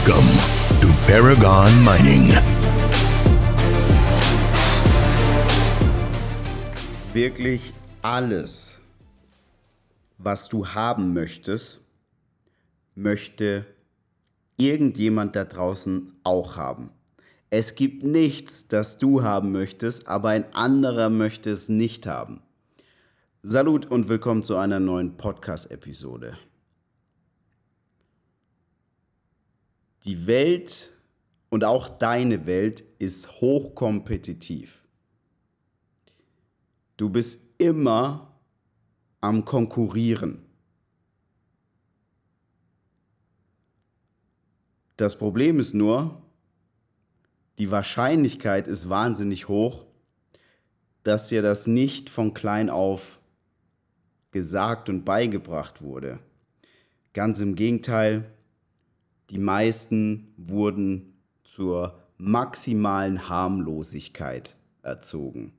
Welcome to Paragon Mining. Wirklich alles, was du haben möchtest, möchte irgendjemand da draußen auch haben. Es gibt nichts, das du haben möchtest, aber ein anderer möchte es nicht haben. Salut und willkommen zu einer neuen Podcast-Episode. Die Welt und auch deine Welt ist hochkompetitiv. Du bist immer am Konkurrieren. Das Problem ist nur, die Wahrscheinlichkeit ist wahnsinnig hoch, dass dir das nicht von klein auf gesagt und beigebracht wurde. Ganz im Gegenteil, die meisten wurden zur maximalen Harmlosigkeit erzogen.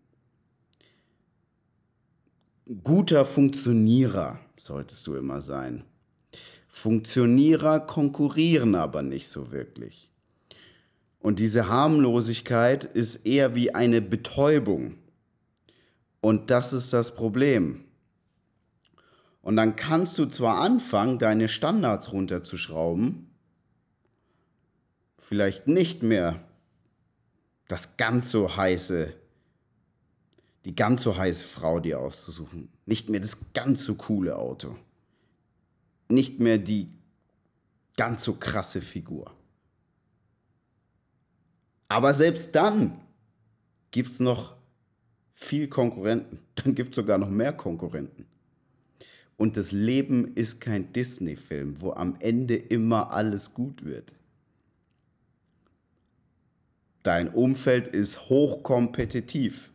Guter Funktionierer solltest du immer sein. Funktionierer konkurrieren aber nicht so wirklich. Und diese Harmlosigkeit ist eher wie eine Betäubung. Und das ist das Problem. Und dann kannst du zwar anfangen, deine Standards runterzuschrauben, vielleicht nicht mehr die ganz so heiße Frau dir auszusuchen, nicht mehr das ganz so coole Auto, nicht mehr die ganz so krasse Figur. Aber selbst dann gibt es noch viel Konkurrenten. Dann gibt es sogar noch mehr Konkurrenten. Und das Leben ist kein Disney-Film, wo am Ende immer alles gut wird. Dein Umfeld ist hochkompetitiv.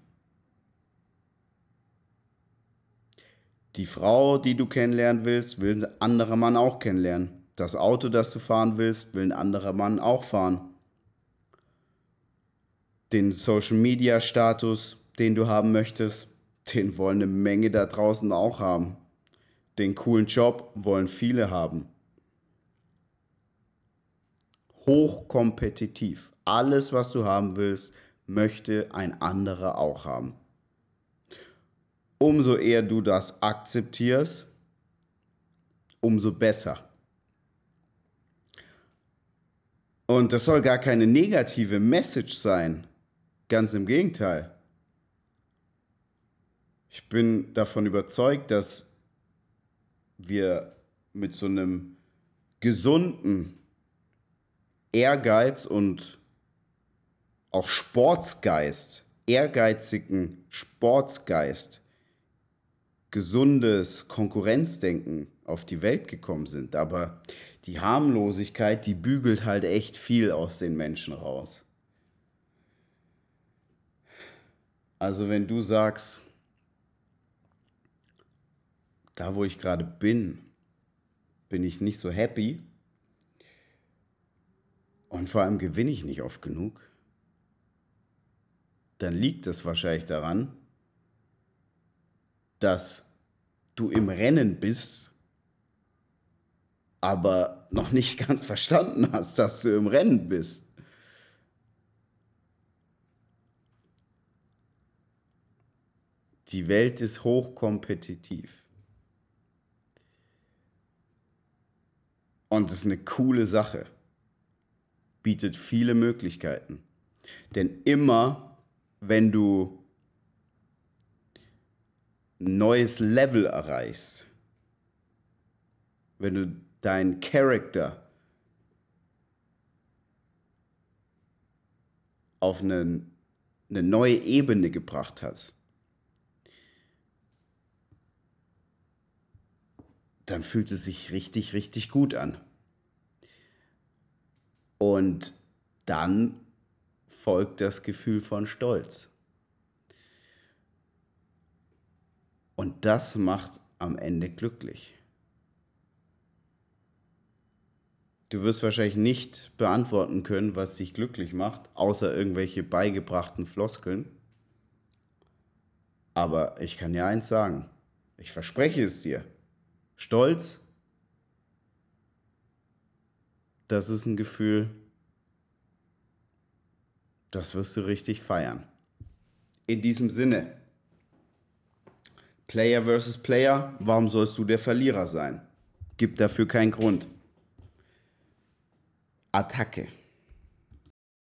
Die Frau, die du kennenlernen willst, will ein anderer Mann auch kennenlernen. Das Auto, das du fahren willst, will ein anderer Mann auch fahren. Den Social-Media-Status, den du haben möchtest, den wollen eine Menge da draußen auch haben. Den coolen Job wollen viele haben. Hochkompetitiv. Alles, was du haben willst, möchte ein anderer auch haben. Umso eher du das akzeptierst, umso besser. Und das soll gar keine negative Message sein. Ganz im Gegenteil. Ich bin davon überzeugt, dass wir mit so einem gesunden Ehrgeiz und auch Sportsgeist, ehrgeizigen Sportsgeist, gesundes Konkurrenzdenken auf die Welt gekommen sind. Aber die Harmlosigkeit, die bügelt halt echt viel aus den Menschen raus. Also wenn du sagst, da wo ich gerade bin ich nicht so happy und vor allem gewinne ich nicht oft genug, dann liegt das wahrscheinlich daran, dass du im Rennen bist, aber noch nicht ganz verstanden hast, dass du im Rennen bist. Die Welt ist hochkompetitiv. Und es ist eine coole Sache. Bietet viele Möglichkeiten. Denn immer, wenn du ein neues Level erreichst, wenn du deinen Charakter auf eine neue Ebene gebracht hast, dann fühlt es sich richtig, richtig gut an. Und dann folgt das Gefühl von Stolz. Und das macht am Ende glücklich. Du wirst wahrscheinlich nicht beantworten können, was dich glücklich macht, außer irgendwelche beigebrachten Floskeln. Aber ich kann dir eins sagen, ich verspreche es dir. Stolz das ist ein Gefühl, das wirst du richtig feiern. In diesem Sinne, Player versus Player, warum sollst du der Verlierer sein? Gibt dafür keinen Grund. Attacke.